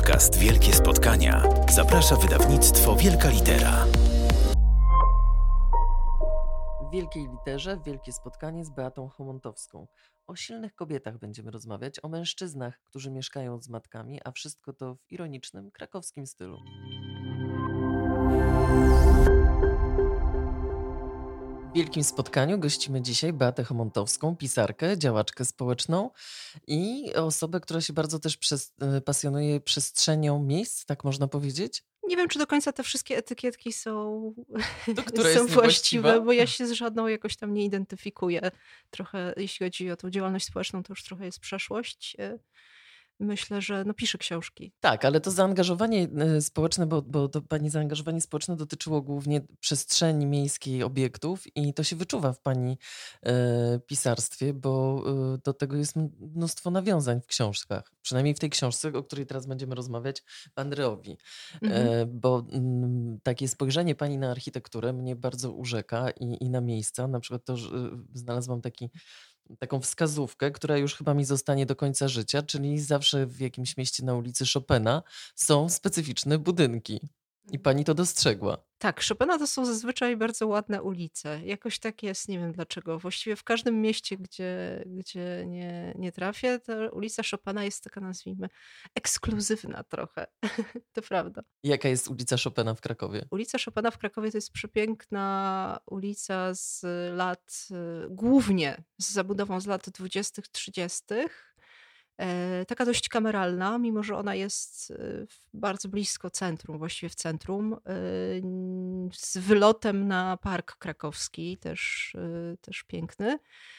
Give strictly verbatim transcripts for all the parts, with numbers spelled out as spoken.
podcast Wielkie Spotkania zaprasza wydawnictwo Wielka Litera. W Wielkiej Literze Wielkie Spotkanie z Beatą Chomontowską. O silnych kobietach będziemy rozmawiać, o mężczyznach, którzy mieszkają z matkami, a wszystko to w ironicznym, krakowskim stylu. W Wielkim Spotkaniu gościmy dzisiaj Beatę Chomontowską, pisarkę, działaczkę społeczną i osobę, która się bardzo też przez, pasjonuje przestrzenią miejsc, tak można powiedzieć? Nie wiem, czy do końca te wszystkie etykietki są, To, która są jest właściwe, bo ja się z żadną jakoś tam nie identyfikuję. Trochę, jeśli chodzi o tą działalność społeczną, to już trochę jest przeszłość. Myślę, że no piszę książki. Tak, ale to zaangażowanie y, społeczne, bo, bo to pani zaangażowanie społeczne dotyczyło głównie przestrzeni miejskiej, obiektów i to się wyczuwa w pani y, pisarstwie, bo y, do tego jest mnóstwo nawiązań w książkach. Przynajmniej w tej książce, o której teraz będziemy rozmawiać, w Andreowi. Mhm. Y, bo y, takie spojrzenie pani na architekturę mnie bardzo urzeka i, i na miejsca. Na przykład to, że y, znalazłam taki taką wskazówkę, która już chyba mi zostanie do końca życia, czyli zawsze w jakimś mieście na ulicy Chopina są specyficzne budynki. I pani to dostrzegła. Tak, Chopina to są zazwyczaj bardzo ładne ulice. Jakoś tak jest, nie wiem dlaczego. Właściwie w każdym mieście, gdzie, gdzie nie, nie trafię, to ulica Chopina jest taka, nazwijmy, ekskluzywna trochę. To prawda. Jaka jest ulica Chopina w Krakowie? Ulica Chopina w Krakowie to jest przepiękna ulica z lat, y, głównie z zabudową z lat dwudziestych, trzydziestych. E, Taka dość kameralna, mimo że ona jest y, w- bardzo blisko centrum, właściwie w centrum, y, n- z wylotem na Park Krakowski, też, y, też piękny.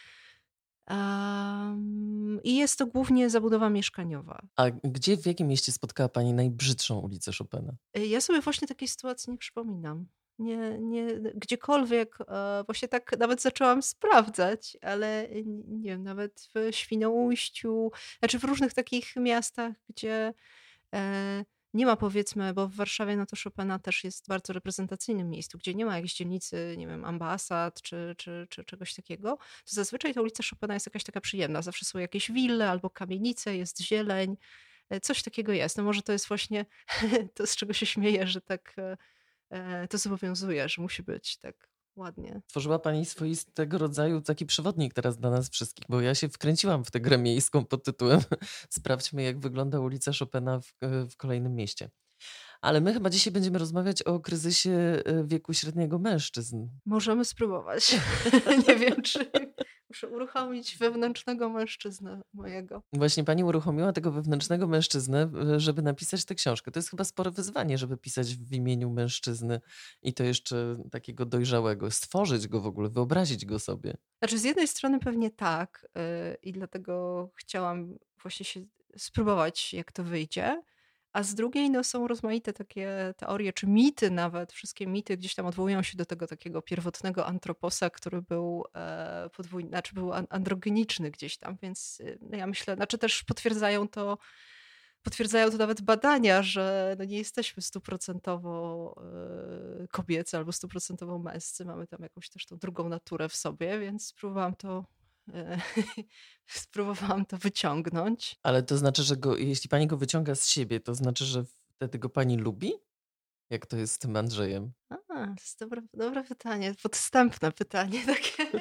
Am, I jest to głównie zabudowa mieszkaniowa. A gdzie, w jakim mieście spotkała pani najbrzydszą ulicę Chopina? Y, Ja sobie właśnie takiej sytuacji nie przypominam. Nie, nie, gdziekolwiek, e, właśnie tak nawet zaczęłam sprawdzać, ale n- nie wiem, nawet w Świnoujściu, znaczy w różnych takich miastach, gdzie e, nie ma, powiedzmy, bo w Warszawie no to Chopina też jest bardzo reprezentacyjnym miejscu, gdzie nie ma jakiejś dzielnicy, nie wiem, ambasad czy, czy, czy czegoś takiego, to zazwyczaj ta ulica Chopina jest jakaś taka przyjemna. Zawsze są jakieś wille albo kamienice, jest zieleń, e, coś takiego jest. No może to jest właśnie to, z czego się śmieję, że tak e, e, to zobowiązuje, że musi być tak ładnie. Tworzyła pani swoistego rodzaju taki przewodnik teraz dla nas wszystkich, bo ja się wkręciłam w tę grę miejską pod tytułem Sprawdźmy, jak wygląda ulica Chopina w, w kolejnym mieście. Ale my chyba dzisiaj będziemy rozmawiać o kryzysie y, wieku średniego mężczyzn. Możemy spróbować. Nie wiem, czy muszę uruchomić wewnętrznego mężczyznę mojego. Właśnie pani uruchomiła tego wewnętrznego mężczyznę, y, żeby napisać tę książkę. To jest chyba spore wyzwanie, żeby pisać w imieniu mężczyzny i to jeszcze takiego dojrzałego, stworzyć go w ogóle, wyobrazić go sobie. Znaczy, z jednej strony pewnie tak, yy, i dlatego chciałam właśnie się spróbować, jak to wyjdzie. A z drugiej no, są rozmaite takie teorie, czy mity nawet, wszystkie mity gdzieś tam odwołują się do tego takiego pierwotnego antroposa, który był e, podwójny, znaczy był an- androgeniczny gdzieś tam, więc y, no, ja myślę, znaczy też potwierdzają to, potwierdzają to nawet badania, że no, nie jesteśmy stuprocentowo e, kobiecy albo stuprocentowo męscy, mamy tam jakąś też tą drugą naturę w sobie, więc spróbowałam to e, spróbowałam to wyciągnąć. Ale to znaczy, że go, jeśli pani go wyciąga z siebie, to znaczy, że wtedy go pani lubi? Jak to jest z tym Andrzejem? A, to jest dobre, dobre pytanie, podstępne pytanie takie.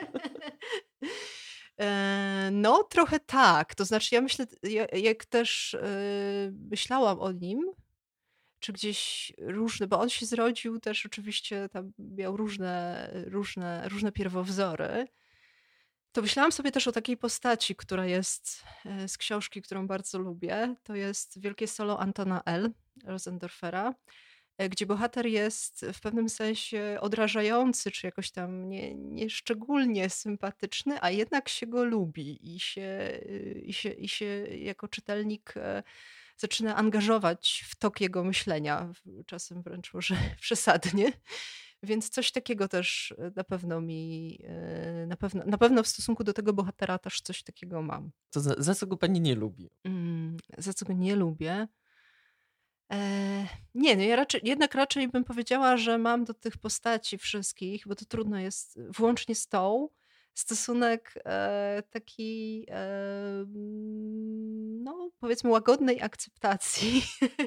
E, No, trochę tak. To znaczy, ja myślę, ja- jak też e, myślałam o nim, czy gdzieś różne, bo on się zrodził też oczywiście, tam miał różne, różne, różne pierwowzory. To myślałam sobie też o takiej postaci, która jest e, z książki, którą bardzo lubię. To jest Wielkie Solo Antona L. Rosendorfera, e, gdzie bohater jest w pewnym sensie odrażający, czy jakoś tam nie, nieszczególnie sympatyczny, a jednak się go lubi i się, y, i się, i się jako czytelnik e, zaczyna angażować w tok jego myślenia, w- czasem wręcz może przesadnie. Więc coś takiego też e, na pewno mi, e, na pewno, na pewno w stosunku do tego bohatera też coś takiego mam. To za, za co go pani nie lubi? Mm, Za co go nie lubię? E, nie, no ja raczej, jednak raczej bym powiedziała, że mam do tych postaci wszystkich, bo to trudno jest, włącznie z tą, stosunek e, taki e, mm, no no, powiedzmy łagodnej akceptacji.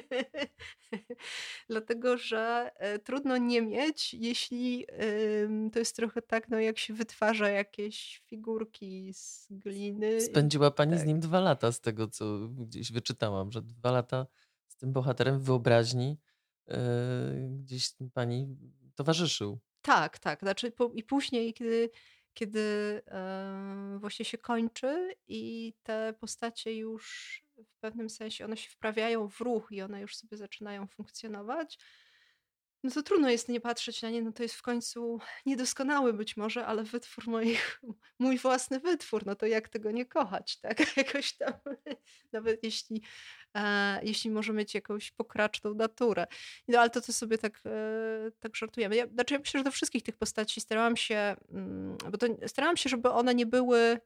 Dlatego, że e, trudno nie mieć, jeśli ym, to jest trochę tak, no jak się wytwarza jakieś figurki z gliny. Spędziła pani z Tak. nim dwa lata, z tego co gdzieś wyczytałam, że dwa lata z tym bohaterem w wyobraźni yy, gdzieś pani towarzyszył. Tak, tak. Znaczy, po, i później, kiedy, kiedy e, właśnie się kończy i te postacie już w pewnym sensie one się wprawiają w ruch i one już sobie zaczynają funkcjonować, no to trudno jest nie patrzeć na nie, no to jest w końcu niedoskonały być może, ale wytwór moich, mój własny wytwór, no to jak tego nie kochać, tak? Jakoś tam, nawet jeśli, e, jeśli może mieć jakąś pokraczną naturę. No ale to to sobie tak, e, tak żartujemy. Ja, znaczy ja myślę, że do wszystkich tych postaci starałam się, mm, bo to starałam się, żeby one nie były.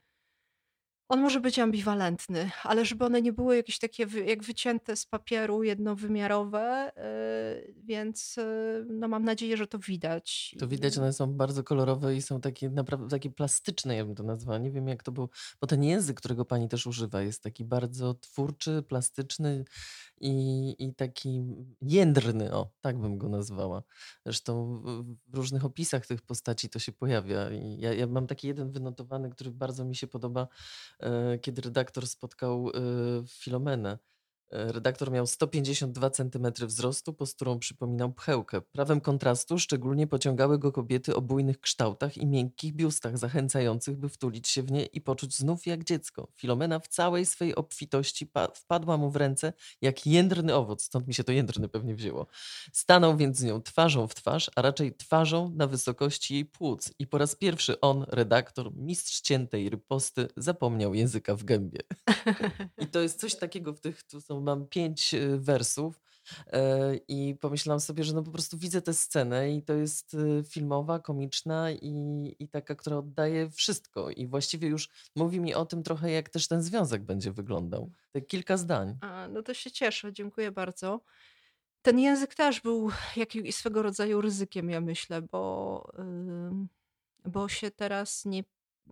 On może być ambiwalentny, ale żeby one nie były jakieś takie wy jak wycięte z papieru, jednowymiarowe, yy, więc, yy, no mam nadzieję, że to widać To widać, i one są bardzo kolorowe i są takie naprawdę takie plastyczne, ja bym to nazwała. Nie wiem, jak to było, bo ten język, którego pani też używa, jest taki bardzo twórczy, plastyczny i, i taki jędrny, o, tak bym go nazwała. Zresztą w, w różnych opisach tych postaci to się pojawia. I ja, ja mam taki jeden wynotowany, który bardzo mi się podoba, e, kiedy redaktor spotkał e, Filomenę. E, Redaktor miał sto pięćdziesiąt dwa centymetry wzrostu, posturą przypominał pchełkę. Prawem kontrastu szczególnie pociągały go kobiety o bujnych kształtach i miękkich biustach, zachęcających, by wtulić się w nie i poczuć znów jak dziecko. Filomena w całej swej obfitości pa- wpadła mu w ręce jak jędrny owoc, stąd mi się to jędrny pewnie wzięło. Stanął więc z nią twarzą w twarz, a raczej twarzą na wysokości jej płuc. I po raz pierwszy on, redaktor, mistrz ciętej riposty, zapomniał języka w gębie. I to jest coś takiego w tych, tu są, mam pięć y, wersów e, i pomyślałam sobie, że no po prostu widzę tę scenę i to jest y, filmowa, komiczna i, i taka, która oddaje wszystko i właściwie już mówi mi o tym trochę, jak też ten związek będzie wyglądał. Te kilka zdań. A, no to się cieszę, dziękuję bardzo. Ten język też był jakimś swego rodzaju ryzykiem, ja myślę, bo, ym, bo się teraz nie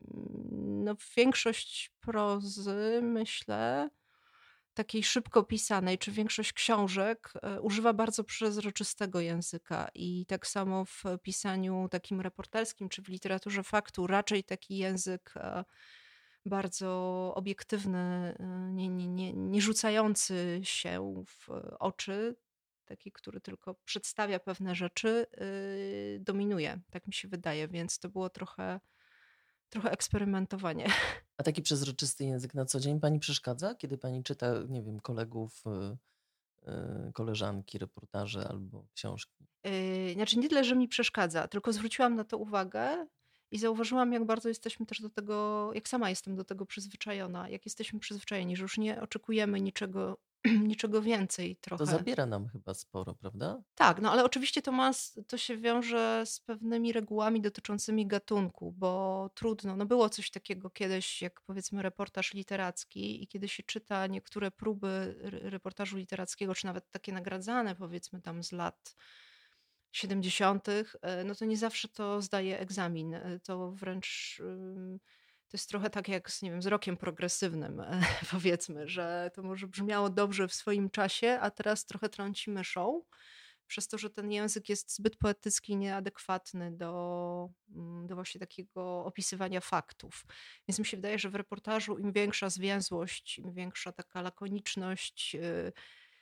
no większość prozy, myślę, takiej szybko pisanej, czy większość książek e, używa bardzo przezroczystego języka i tak samo w pisaniu takim reporterskim, czy w literaturze faktu raczej taki język e, bardzo obiektywny, e, nie, nie, nie, nie rzucający się w oczy, taki, który tylko przedstawia pewne rzeczy, y, dominuje, tak mi się wydaje, więc to było trochę, trochę eksperymentowanie. A taki przezroczysty język na co dzień pani przeszkadza, kiedy pani czyta, nie wiem, kolegów, y, y, koleżanki, reportaże albo książki? Yy, znaczy nie tyle, że mi przeszkadza, tylko zwróciłam na to uwagę i zauważyłam, jak bardzo jesteśmy też do tego, jak sama jestem do tego przyzwyczajona, jak jesteśmy przyzwyczajeni, że już nie oczekujemy niczego, niczego więcej To trochę. zabiera nam chyba sporo, prawda? Tak, no ale oczywiście to ma, s- to się wiąże z pewnymi regułami dotyczącymi gatunku, bo trudno, no było coś takiego kiedyś, jak powiedzmy reportaż literacki i kiedy się czyta niektóre próby r- reportażu literackiego, czy nawet takie nagradzane powiedzmy tam z lat siedemdziesiątych, e, no to nie zawsze to zdaje egzamin. E, To wręcz ym, to jest trochę tak jak z, nie wiem, z rokiem progresywnym, e, powiedzmy, że to może brzmiało dobrze w swoim czasie, a teraz trochę trąci myszą, przez to, że ten język jest zbyt poetycki i nieadekwatny do, mm, do właśnie takiego opisywania faktów. Więc mi się wydaje, że w reportażu im większa zwięzłość, im większa taka lakoniczność, y,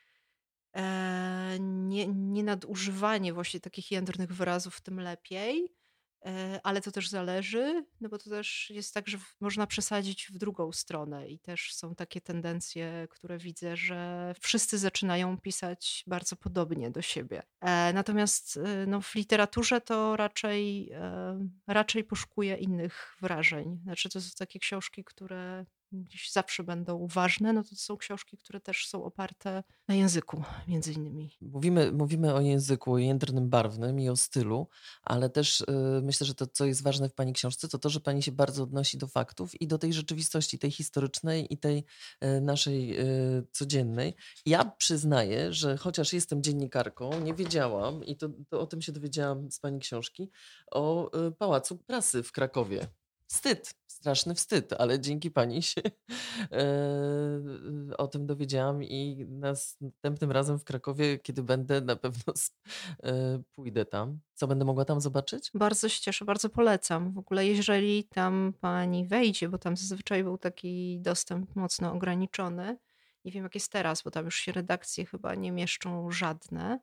e, nie, nie nadużywanie właśnie takich jędrnych wyrazów, tym lepiej. E, Ale to też zależy, no bo to też jest tak, że w- można przesadzić w drugą stronę i też są takie tendencje, które widzę, że wszyscy zaczynają pisać bardzo podobnie do siebie. E, Natomiast e, no, w literaturze to raczej, e, raczej poszukuję innych wrażeń. Znaczy to są takie książki, które gdzieś zawsze będą ważne, no to są książki, które też są oparte na języku, między innymi. Mówimy, mówimy o języku jędrnym, barwnym i o stylu, ale też y, myślę, że to, co jest ważne w pani książce, to to, że pani się bardzo odnosi do faktów i do tej rzeczywistości, tej historycznej i tej y, naszej y, codziennej. Ja przyznaję, że chociaż jestem dziennikarką, nie wiedziałam, i to, to o tym się dowiedziałam z pani książki, o y, Pałacu Prasy w Krakowie. Wstyd, straszny wstyd, ale dzięki pani się e, o tym dowiedziałam i następnym razem w Krakowie, kiedy będę, na pewno s- e, pójdę tam. Co będę mogła tam zobaczyć? Bardzo się cieszę, bardzo polecam. W ogóle jeżeli tam pani wejdzie, bo tam zazwyczaj był taki dostęp mocno ograniczony. Nie wiem jak jest teraz, bo tam już się redakcje chyba nie mieszczą żadne.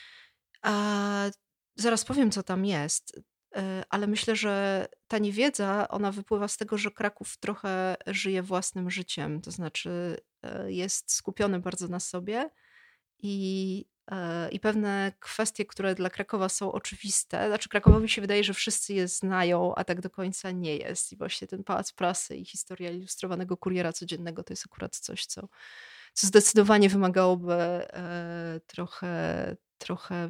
A zaraz powiem, co tam jest. E, Ale myślę, że ta niewiedza, ona wypływa z tego, że Kraków trochę żyje własnym życiem. To znaczy e, jest skupiony bardzo na sobie i, e, i pewne kwestie, które dla Krakowa są oczywiste. Znaczy Krakowowi się wydaje, że wszyscy je znają, a tak do końca nie jest. I właśnie ten Pałac Prasy i historia ilustrowanego kuriera codziennego to jest akurat coś, co, co zdecydowanie wymagałoby e, trochę, trochę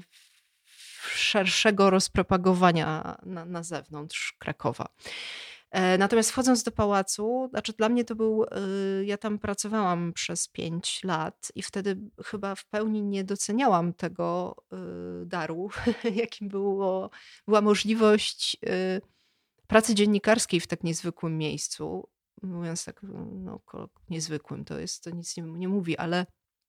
szerszego rozpropagowania na, na zewnątrz Krakowa. E, Natomiast wchodząc do pałacu, znaczy dla mnie to był, y, ja tam pracowałam przez pięć lat i wtedy chyba w pełni nie doceniałam tego y, daru, jakim było, była możliwość y, pracy dziennikarskiej w tak niezwykłym miejscu. Mówiąc tak, no, ko- niezwykłym, to jest, to nic nie, nie mówi, ale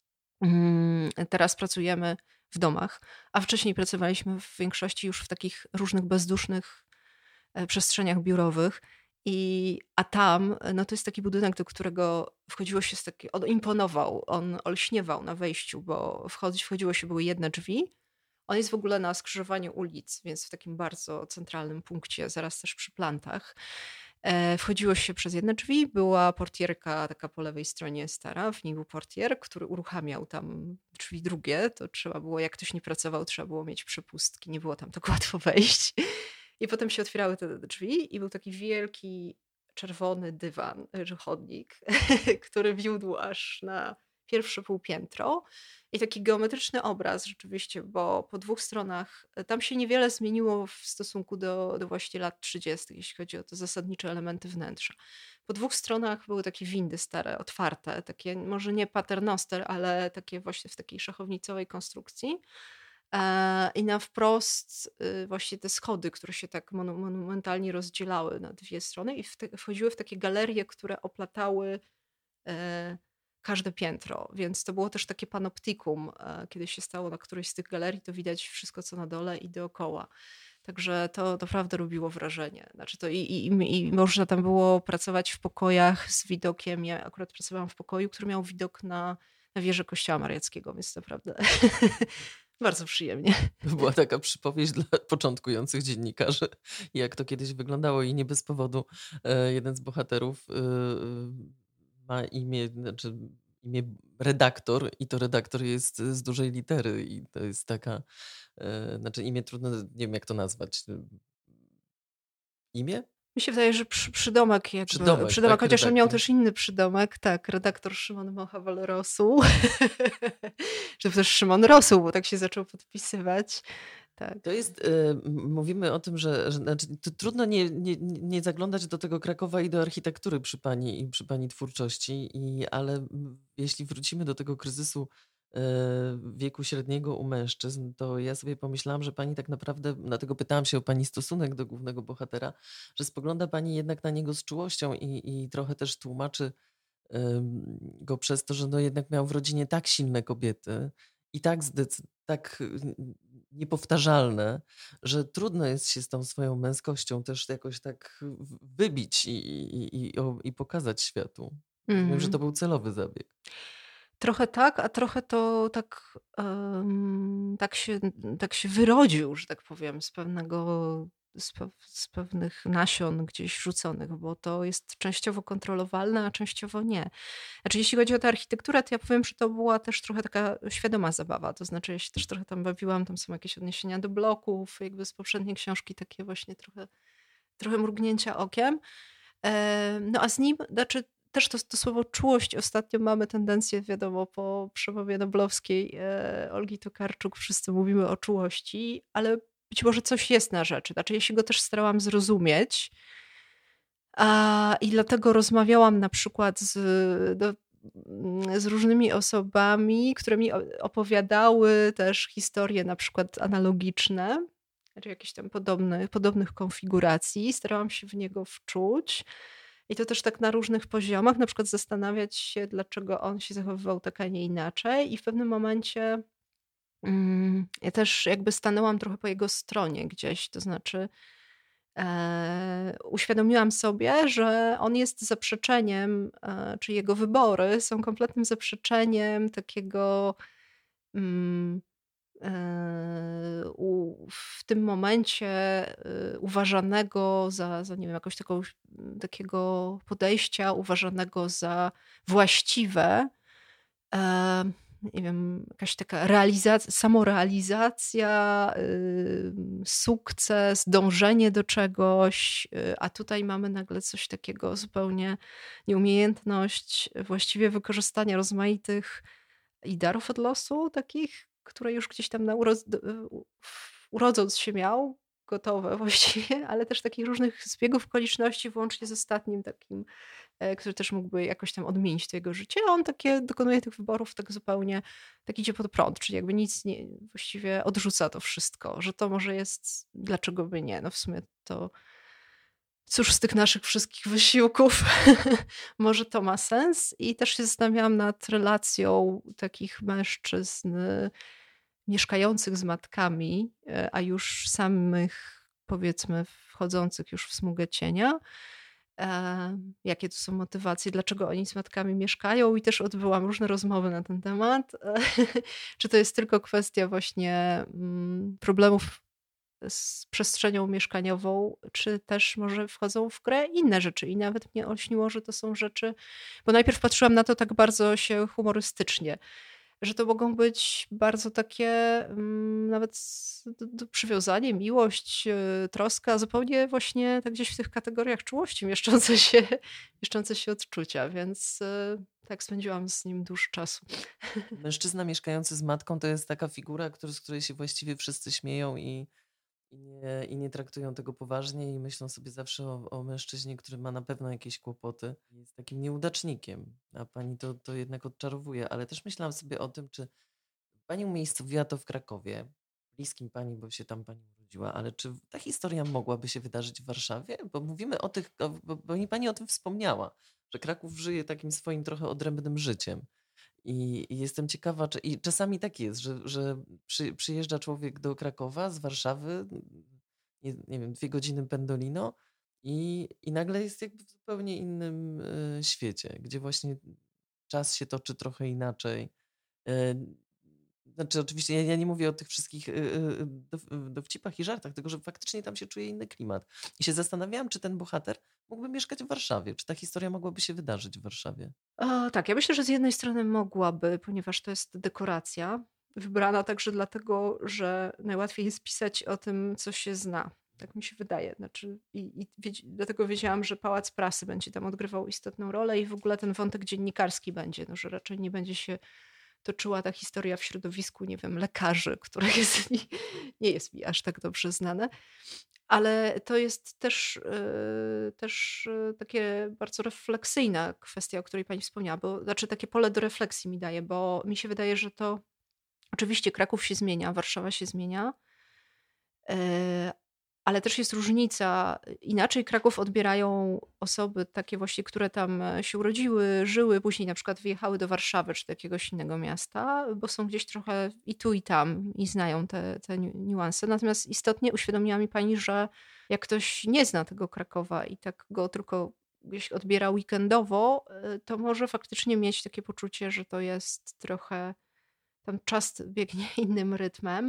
mm, teraz pracujemy w domach, a wcześniej pracowaliśmy w większości już w takich różnych bezdusznych e, przestrzeniach biurowych. I, a tam, e, no to jest taki budynek, do którego wchodziło się z taki, on imponował, on olśniewał na wejściu, bo wchodzi, wchodziło się, były jedne drzwi. On jest w ogóle na skrzyżowaniu ulic, więc w takim bardzo centralnym punkcie, zaraz też przy plantach. E, Wchodziło się przez jedne drzwi, była portierka taka po lewej stronie stara, w niej był portier, który uruchamiał tam drzwi drugie, to trzeba było, jak ktoś nie pracował, trzeba było mieć przepustki, nie było tam tak łatwo wejść. I potem się otwierały te drzwi i był taki wielki czerwony dywan, czy chodnik, który wiódł aż na pierwsze półpiętro. I taki geometryczny obraz rzeczywiście, bo po dwóch stronach tam się niewiele zmieniło w stosunku do, do właśnie lat trzydziestych, jeśli chodzi o te zasadnicze elementy wnętrza. Po dwóch stronach były takie windy stare, otwarte, takie może nie paternoster, ale takie właśnie w takiej szachownicowej konstrukcji. E, I na wprost y, właśnie te schody, które się tak monu- monumentalnie rozdzielały na dwie strony i w te, wchodziły w takie galerie, które oplatały e, każde piętro, więc to było też takie panoptikum. e, Kiedy się stało na którejś z tych galerii, to widać wszystko, co na dole i dookoła. Także to naprawdę robiło wrażenie. Znaczy to i, i, i i można tam było pracować w pokojach z widokiem. Ja akurat pracowałam w pokoju, który miał widok na, na wieżę Kościoła Mariackiego, więc naprawdę bardzo przyjemnie. To była taka przypowieść dla początkujących dziennikarzy, jak to kiedyś wyglądało i nie bez powodu e, jeden z bohaterów e, ma imię, znaczy imię redaktor i to redaktor jest z dużej litery i to jest taka, e, znaczy imię trudno, nie wiem jak to nazwać. Imię? Mi się wydaje, że przy, przydomek jakby, Przydomek, przydomek, tak? chociaż on miał Redaktor. też inny przydomek, tak, redaktor Szymon Mocha-Walrosu, że też Szymon Rosół, bo tak się zaczął podpisywać, tak. To jest, e, m- mówimy o tym, że, że znaczy, to trudno nie, nie, nie zaglądać do tego Krakowa i do architektury przy pani i przy pani twórczości, i, ale m, jeśli wrócimy do tego kryzysu e, wieku średniego u mężczyzn, to ja sobie pomyślałam, że pani tak naprawdę, dlatego pytałam się o pani stosunek do głównego bohatera, że spogląda pani jednak na niego z czułością i, i trochę też tłumaczy em, go przez to, że no jednak miał w rodzinie tak silne kobiety i tak, zdecyd- tak y, niepowtarzalne, że trudno jest się z tą swoją męskością też jakoś tak w- wybić i, i, i, o- i pokazać światu. Rozumiem, że to Mhm. był celowy zabieg. Trochę tak, a trochę to tak, em, tak, się, tak się wyrodził, że tak powiem, z pewnego, z, pew, z pewnych nasion gdzieś rzuconych, bo to jest częściowo kontrolowalne, a częściowo nie. Znaczy, jeśli chodzi o tę architekturę, to ja powiem, że to była też trochę taka świadoma zabawa. To znaczy, ja się też trochę tam bawiłam, tam są jakieś odniesienia do bloków, jakby z poprzedniej książki, takie właśnie trochę, trochę mrugnięcia okiem. E, No a z nim, znaczy też to, to słowo czułość ostatnio mamy tendencję, wiadomo, po przemowie noblowskiej e, Olgi Tokarczuk wszyscy mówimy o czułości, ale być może coś jest na rzeczy. Znaczy ja się go też starałam zrozumieć, a, i dlatego rozmawiałam na przykład z, do, z różnymi osobami, które mi o- opowiadały też historie na przykład analogiczne, czy jakieś tam podobne, podobnych konfiguracji. Starałam się w niego wczuć. I to też tak na różnych poziomach, na przykład zastanawiać się, dlaczego on się zachowywał tak, a nie inaczej. I w pewnym momencie mm, ja też jakby stanęłam trochę po jego stronie gdzieś, to znaczy e, uświadomiłam sobie, że on jest zaprzeczeniem, e, czy jego wybory są kompletnym zaprzeczeniem takiego mm, e, u, w tym momencie e, uważanego za, za nie wiem, jakąś taką, takiego podejścia uważanego za właściwe. E, nie wiem, jakaś taka realizacja, samorealizacja, y, sukces, dążenie do czegoś, y, a tutaj mamy nagle coś takiego zupełnie nieumiejętność właściwie wykorzystania rozmaitych i darów od losu, takich, które już gdzieś tam na uroz- d- u- urodząc się miał, gotowe właściwie, ale też takich różnych zbiegów okoliczności, włącznie z ostatnim takim, e, który też mógłby jakoś tam odmienić to jego życie, a on takie dokonuje tych wyborów tak zupełnie, tak idzie pod prąd, czyli jakby nic nie, właściwie odrzuca to wszystko, że to może jest, dlaczego by nie, no w sumie to cóż z tych naszych wszystkich wysiłków, może to ma sens. I też się zastanawiałam nad relacją takich mężczyzn y, mieszkających z matkami, e, a już samych, powiedzmy, wchodzących już w smugę cienia. E, jakie to są motywacje, dlaczego oni z matkami mieszkają, i też odbyłam różne rozmowy na ten temat. E, Czy to jest tylko kwestia właśnie mm, problemów z przestrzenią mieszkaniową, czy też może wchodzą w grę inne rzeczy. I nawet mnie olśniło, że to są rzeczy, bo najpierw patrzyłam na to tak bardzo się humorystycznie, że to mogą być bardzo takie mm, nawet s- d- d- przywiązanie, miłość, y, troska, zupełnie właśnie tak gdzieś w tych kategoriach czułości mieszczące się, mieszczące się odczucia, więc y, tak spędziłam z nim dużo czasu. Mężczyzna mieszkający z matką to jest taka figura, który, z której się właściwie wszyscy śmieją i, i, nie, i nie traktują tego poważnie i myślą sobie zawsze o, o mężczyźnie, który ma na pewno jakieś kłopoty. Jest takim nieudacznikiem, a pani to, to jednak odczarowuje. Ale też myślałam sobie o tym, czy pani umiejscowiła to w Krakowie, bliskim pani, bo się tam pani urodziła, ale czy ta historia mogłaby się wydarzyć w Warszawie? Bo mówimy o tych, o- bo, bo mi pani o tym wspomniała, że Kraków żyje takim swoim trochę odrębnym życiem. I, i jestem ciekawa, czy, i czasami tak jest, że, że przy, przyjeżdża człowiek do Krakowa z Warszawy, nie, nie wiem, dwie godziny pendolino i, i nagle jest jakby w zupełnie innym e, świecie, gdzie właśnie czas się toczy trochę inaczej. E, Znaczy, oczywiście ja, ja nie mówię o tych wszystkich e, e, dow- dowcipach i żartach, tylko że faktycznie tam się czuje inny klimat. I się zastanawiałam, czy ten bohater mógłby mieszkać w Warszawie, czy ta historia mogłaby się wydarzyć w Warszawie. O, tak, ja myślę, że z jednej strony mogłaby, ponieważ to jest dekoracja, wybrana także dlatego, że najłatwiej jest pisać o tym, co się zna. Tak mi się wydaje. Znaczy, i, i wiedz, dlatego wiedziałam, że Pałac Prasy będzie tam odgrywał istotną rolę i w ogóle ten wątek dziennikarski będzie, no, że raczej nie będzie się toczyła ta historia w środowisku, nie wiem, lekarzy, które jest, nie, nie jest mi aż tak dobrze znane. Ale to jest też, yy, też yy, takie bardzo refleksyjna kwestia, o której pani wspomniała, bo znaczy takie pole do refleksji mi daje, bo mi się wydaje, że to oczywiście Kraków się zmienia, Warszawa się zmienia, yy, ale też jest różnica. Inaczej Kraków odbierają osoby takie właśnie, które tam e, się urodziły, żyły, później na przykład wyjechały do Warszawy czy do jakiegoś innego miasta, bo są gdzieś trochę i tu, i tam i znają te, te ni- niuanse. Natomiast istotnie uświadomiła mi pani, że jak ktoś nie zna tego Krakowa i tak go tylko gdzieś odbiera weekendowo, e, to może faktycznie mieć takie poczucie, że to jest trochę, tam czas biegnie innym rytmem.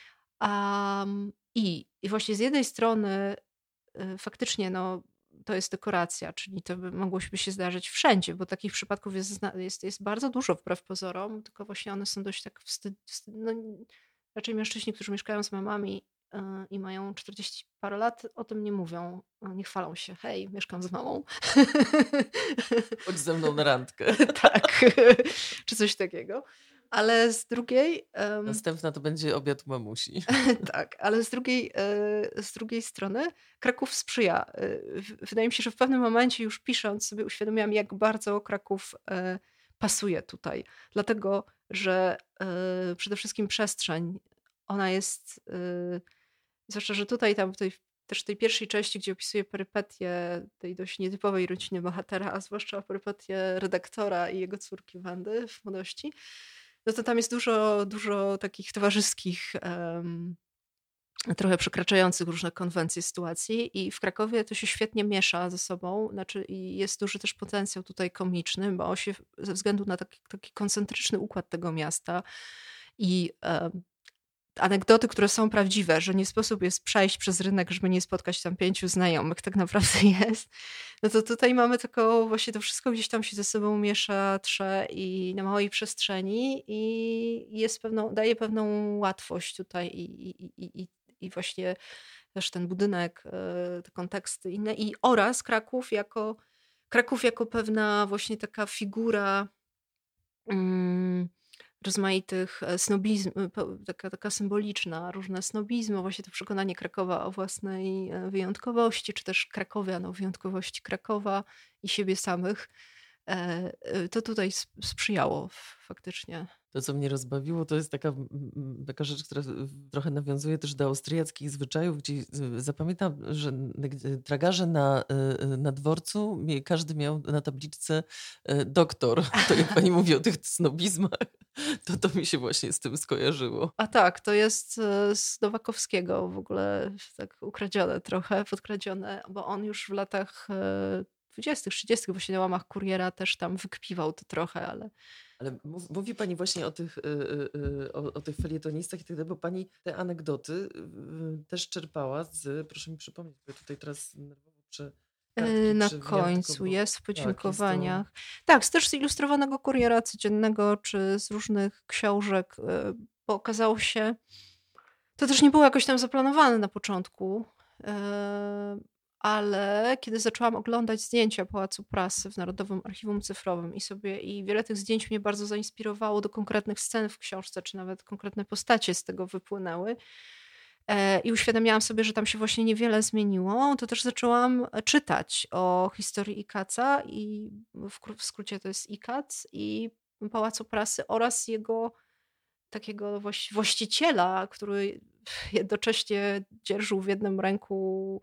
Am, i, I właśnie z jednej strony y, faktycznie no, to jest dekoracja, czyli to by, mogło by się zdarzyć wszędzie, bo takich przypadków jest, zna- jest, jest bardzo dużo wbrew pozorom, tylko właśnie one są dość tak wstyd, wstyd, no, raczej mężczyźni, którzy mieszkają z mamami y, i mają czterdzieści parę lat, o tym nie mówią, y, nie chwalą się, hej, mieszkam z mamą. Chodź ze mną na randkę. Tak, czy coś takiego. Ale z drugiej, em, Następna to będzie obiad u mamusi. tak, ale z drugiej, e, z drugiej strony Kraków sprzyja. E, w- Wydaje mi się, że w pewnym momencie już pisząc sobie uświadomiłam, jak bardzo Kraków e, pasuje tutaj. Dlatego, że e, przede wszystkim przestrzeń, ona jest, e, zwłaszcza, że tutaj tam w tej też w tej pierwszej części, gdzie opisuje perypetie tej dość nietypowej rodziny bohatera, a zwłaszcza perypetie redaktora i jego córki Wandy w młodości, no to tam jest dużo, dużo takich towarzyskich, um, trochę przekraczających różne konwencje sytuacji i w Krakowie to się świetnie miesza ze sobą, znaczy i jest duży też potencjał tutaj komiczny, bo on się ze względu na taki, taki koncentryczny układ tego miasta i um, anegdoty, które są prawdziwe, że nie sposób jest przejść przez rynek, żeby nie spotkać tam pięciu znajomych, tak naprawdę jest. No to tutaj mamy tylko właśnie to wszystko gdzieś tam się ze sobą miesza, trze i na małej przestrzeni i jest pewną, daje pewną łatwość tutaj i, i, i, i, i właśnie też ten budynek, te konteksty inne i oraz Kraków jako Kraków jako pewna właśnie taka figura mm, rozmaitych snobizm, taka, taka symboliczna, różne snobizmy, właśnie to przekonanie Krakowa o własnej wyjątkowości, czy też Krakowian o wyjątkowości Krakowa i siebie samych, to tutaj sprzyjało faktycznie. To, co mnie rozbawiło, to jest taka, taka rzecz, która trochę nawiązuje też do austriackich zwyczajów, gdzie zapamiętam, że tragarze na, na dworcu każdy miał na tabliczce doktor. To jak pani mówi o tych snobizmach, to to mi się właśnie z tym skojarzyło. A tak, to jest z Nowakowskiego w ogóle tak ukradzione trochę, podkradzione, bo on już w latach dwudziestych, trzydziestych właśnie na łamach Kuriera też tam wykpiwał to trochę, ale... Ale mówi pani właśnie o tych, o, o tych felietonistach i tak dalej, bo pani te anegdoty też czerpała z, proszę mi przypomnieć, bo ja tutaj teraz nerwowo prze... Kartki, na końcu jest w podziękowaniach. Tak, jest to... tak, też z ilustrowanego Kuriera Codziennego, czy z różnych książek, bo okazało się, to też nie było jakoś tam zaplanowane na początku, ale kiedy zaczęłam oglądać zdjęcia Pałacu Prasy w Narodowym Archiwum Cyfrowym i sobie i wiele tych zdjęć mnie bardzo zainspirowało do konkretnych scen w książce, czy nawet konkretne postacie z tego wypłynęły, i uświadamiałam sobie, że tam się właśnie niewiele zmieniło, to też zaczęłam czytać o historii I K A C-a i w skrócie to jest I K A C i Pałacu Prasy oraz jego takiego właściciela, który jednocześnie dzierżył w jednym ręku,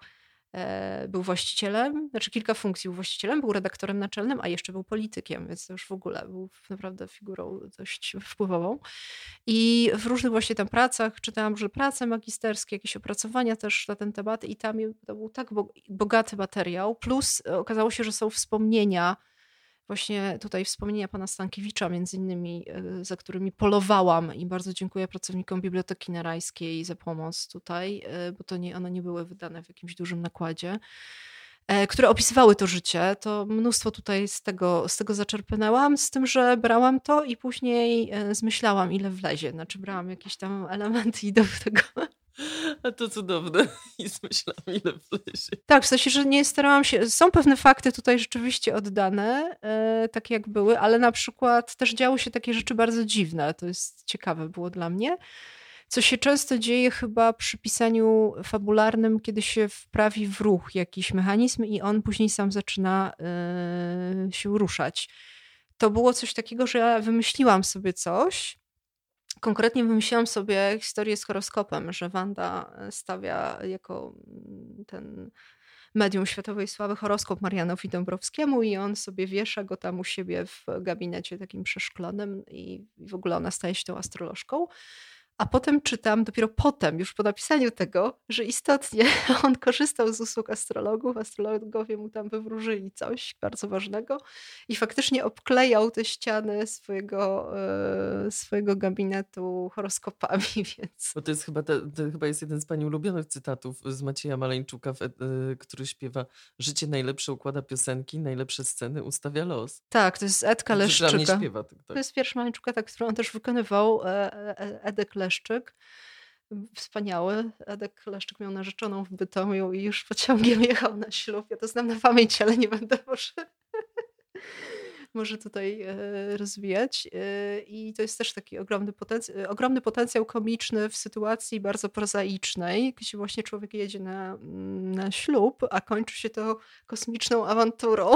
był właścicielem, znaczy kilka funkcji był właścicielem, był redaktorem naczelnym, a jeszcze był politykiem, więc to już w ogóle był naprawdę figurą dość wpływową. I w różnych właśnie tam pracach czytałam różne prace magisterskie, jakieś opracowania też na ten temat i tam to był tak bogaty materiał, plus okazało się, że są wspomnienia, właśnie tutaj wspomnienia pana Stankiewicza między innymi, za którymi polowałam i bardzo dziękuję pracownikom Biblioteki Narajskiej za pomoc tutaj, bo to nie, one nie były wydane w jakimś dużym nakładzie, które opisywały to życie. To mnóstwo tutaj z tego, z tego zaczerpnęłam, z tym, że brałam to i później zmyślałam, ile wlezie. Znaczy brałam jakieś tam elementy i do tego... A to cudowne. I zmyślałam, ile wlezie. Tak, w sensie, że nie starałam się... Są pewne fakty tutaj rzeczywiście oddane, e, takie jak były, ale na przykład też działy się takie rzeczy bardzo dziwne. To jest ciekawe było dla mnie. Co się często dzieje chyba przy pisaniu fabularnym, kiedy się wprawi w ruch jakiś mechanizm i on później sam zaczyna e, się ruszać. To było coś takiego, że ja wymyśliłam sobie coś. Konkretnie wymyśliłam sobie historię z horoskopem, że Wanda stawia jako ten medium światowej sławy horoskop Marianowi Dąbrowskiemu i on sobie wiesza go tam u siebie w gabinecie takim przeszklonym i w ogóle ona staje się tą astrolożką. A potem czytam, dopiero potem, już po napisaniu tego, że istotnie on korzystał z usług astrologów, astrologowie mu tam wywróżyli coś bardzo ważnego i faktycznie obklejał te ściany swojego, e, swojego gabinetu horoskopami, więc... Bo to jest chyba, te, to chyba jest jeden z pani ulubionych cytatów z Macieja Maleńczuka, w, y, który śpiewa: życie najlepsze układa piosenki, najlepsze sceny ustawia los. Tak, to jest Edka Leszczyka. Nie śpiewa, tak, tak. To jest wiersz Maleńczuka, tak, którą on też wykonywał, e, e, Edek Leszczyk. Leszczyk. Wspaniały. Edek Leszczyk miał narzeczoną w Bytomiu i już pociągiem jechał na ślub. Ja to znam na pamięć, ale nie będę może, może tutaj rozwijać. I to jest też taki ogromny potencjał, ogromny potencjał komiczny w sytuacji bardzo prozaicznej, gdzie właśnie człowiek jedzie na, na ślub, a kończy się to kosmiczną awanturą.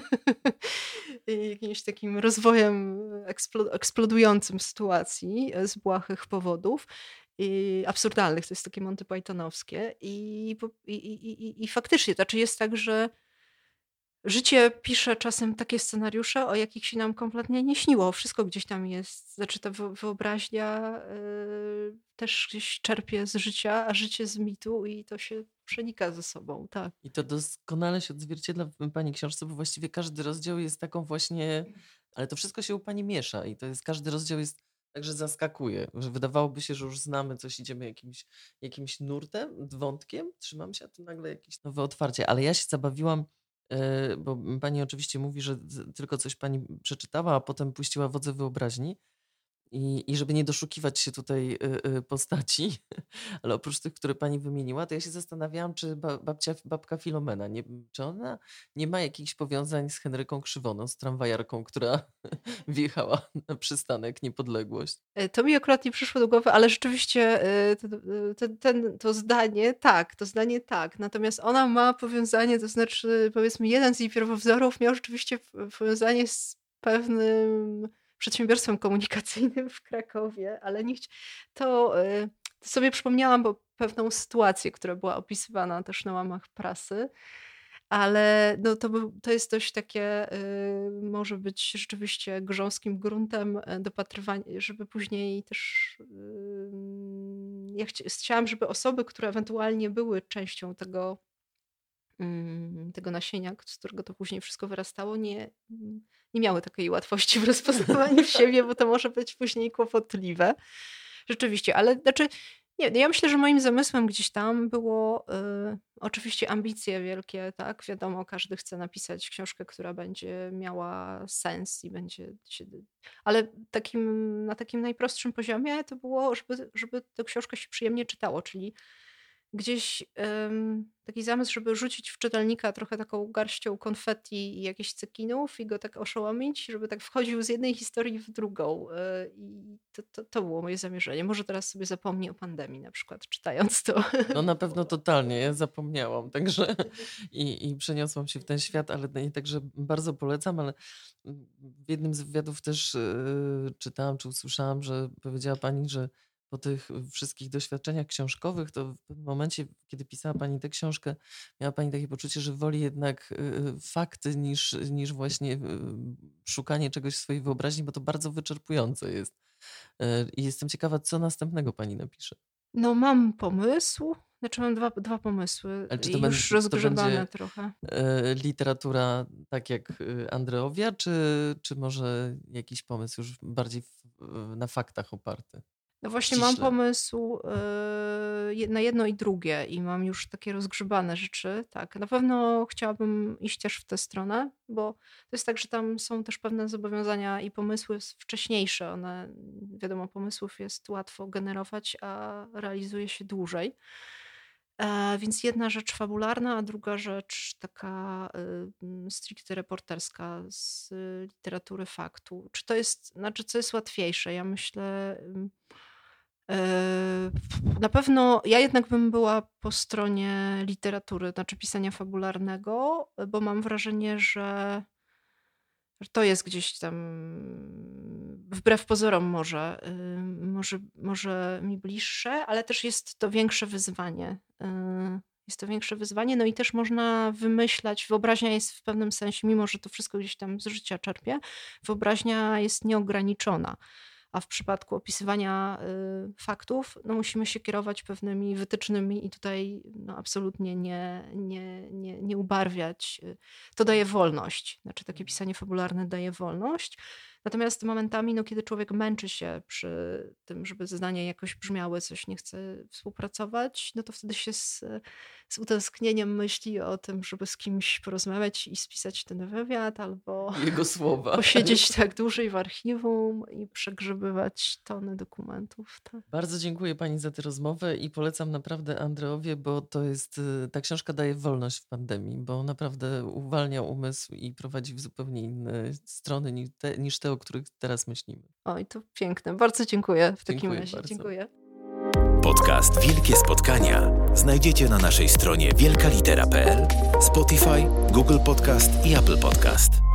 I jakimś takim rozwojem eksplodującym sytuacji z błahych powodów. i absurdalnych, to jest takie Monty Pythonowskie i, i, i, i, i faktycznie, to znaczy jest tak, że życie pisze czasem takie scenariusze, o jakich się nam kompletnie nie śniło. Wszystko gdzieś tam jest, znaczy ta wyobraźnia y, też gdzieś czerpie z życia, a życie z mitu i to się przenika ze sobą, tak. I to doskonale się odzwierciedla w pani książce, bo właściwie każdy rozdział jest taką właśnie, ale to wszystko się u pani miesza i to jest, każdy rozdział jest także zaskakuje, że wydawałoby się, że już znamy coś, idziemy jakimś, jakimś nurtem, wątkiem, trzymam się, a tu nagle jakieś nowe otwarcie, ale ja się zabawiłam, bo pani oczywiście mówi, że tylko coś pani przeczytała, a potem puściła wodze wyobraźni i, i żeby nie doszukiwać się tutaj postaci, ale oprócz tych, które pani wymieniła, to ja się zastanawiałam, czy babcia, babka Filomena, nie, czy ona nie ma jakichś powiązań z Henryką Krzywoną, z tramwajarką, która wjechała na przystanek Niepodległość. To mi akurat nie przyszło do głowy, ale rzeczywiście ten, ten, ten, to zdanie tak, to zdanie tak. Natomiast ona ma powiązanie, to znaczy powiedzmy jeden z jej pierwowzorów miał rzeczywiście powiązanie z pewnym przedsiębiorstwem komunikacyjnym w Krakowie, ale nie chci- to, to sobie przypomniałam, bo pewną sytuację, która była opisywana też na łamach prasy, ale no to, był, to jest dość takie, y, może być rzeczywiście grząskim gruntem dopatrywania, żeby później też y, ja chci- chciałam, żeby osoby, które ewentualnie były częścią tego, y, tego nasienia, z którego to później wszystko wyrastało, nie, nie miały takiej łatwości w rozpoznawaniu siebie, bo to może być później kłopotliwe. Rzeczywiście, ale znaczy nie, ja myślę, że moim zamysłem gdzieś tam było y, oczywiście ambicje wielkie, tak? Wiadomo, każdy chce napisać książkę, która będzie miała sens i będzie się... Ale takim, na takim najprostszym poziomie to było, żeby, żeby tę książkę się przyjemnie czytało, czyli gdzieś ym, taki zamysł, żeby rzucić w czytelnika trochę taką garścią konfetti i jakichś cekinów i go tak oszołomić, żeby tak wchodził z jednej historii w drugą. Yy, I to, to, to było moje zamierzenie. Może teraz sobie zapomni o pandemii na przykład, czytając to. No na pewno totalnie, ja zapomniałam, także i, i przeniosłam się w ten świat, ale nie, także bardzo polecam, ale w jednym z wywiadów też yy, czytałam, czy usłyszałam, że powiedziała pani, że po tych wszystkich doświadczeniach książkowych, to w pewnym momencie, kiedy pisała pani tę książkę, miała pani takie poczucie, że woli jednak y, fakty niż, niż właśnie y, szukanie czegoś w swojej wyobraźni, bo to bardzo wyczerpujące jest. Y, I jestem ciekawa, co następnego pani napisze. No mam pomysł, znaczy mam dwa, dwa pomysły Ale czy i to już będzie, to rozgrzebane będzie trochę. y, literatura tak jak y, Andreowia, czy, czy może jakiś pomysł już bardziej w, na faktach oparty? No właśnie Ściśle. mam pomysł yy, na jedno i drugie i mam już takie rozgrzebane rzeczy. Tak, na pewno chciałabym iść też w tę stronę, bo to jest tak, że tam są też pewne zobowiązania i pomysły wcześniejsze. One, wiadomo, pomysłów jest łatwo generować, a realizuje się dłużej. E, więc jedna rzecz fabularna, a druga rzecz taka y, stricte reporterska z y, literatury faktu. Czy to jest, znaczy co jest łatwiejsze? Ja myślę... Y, Na pewno ja jednak bym była po stronie literatury, znaczy pisania fabularnego, bo mam wrażenie, że to jest gdzieś tam wbrew pozorom może, może, może mi bliższe, ale też jest to większe wyzwanie. Jest to większe wyzwanie, no i też można wymyślać, wyobraźnia jest w pewnym sensie, mimo że to wszystko gdzieś tam z życia czerpie, wyobraźnia jest nieograniczona. A w przypadku opisywania y, faktów no musimy się kierować pewnymi wytycznymi i tutaj no, absolutnie nie, nie, nie, nie ubarwiać. To daje wolność. Znaczy takie pisanie fabularne daje wolność. Natomiast momentami, no, kiedy człowiek męczy się przy tym, żeby zdania jakoś brzmiały, coś nie chce współpracować, no to wtedy się z, z utęsknieniem myśli o tym, żeby z kimś porozmawiać i spisać ten wywiad, albo Jego słowa. posiedzieć tak dłużej w archiwum i przegrzebywać tony dokumentów. Tak. Bardzo dziękuję pani za tę rozmowę i polecam naprawdę Andreowię, bo to jest, ta książka daje wolność w pandemii, bo naprawdę uwalnia umysł i prowadzi w zupełnie inne strony niż te, niż te o których teraz myślimy. Oj, to piękne. Bardzo dziękuję w takim Dziękuję razie. bardzo. Dziękuję. Podcast Wielkie Spotkania znajdziecie na naszej stronie wielka litera kropka pe el, Spotify, Google Podcast i Apple Podcast.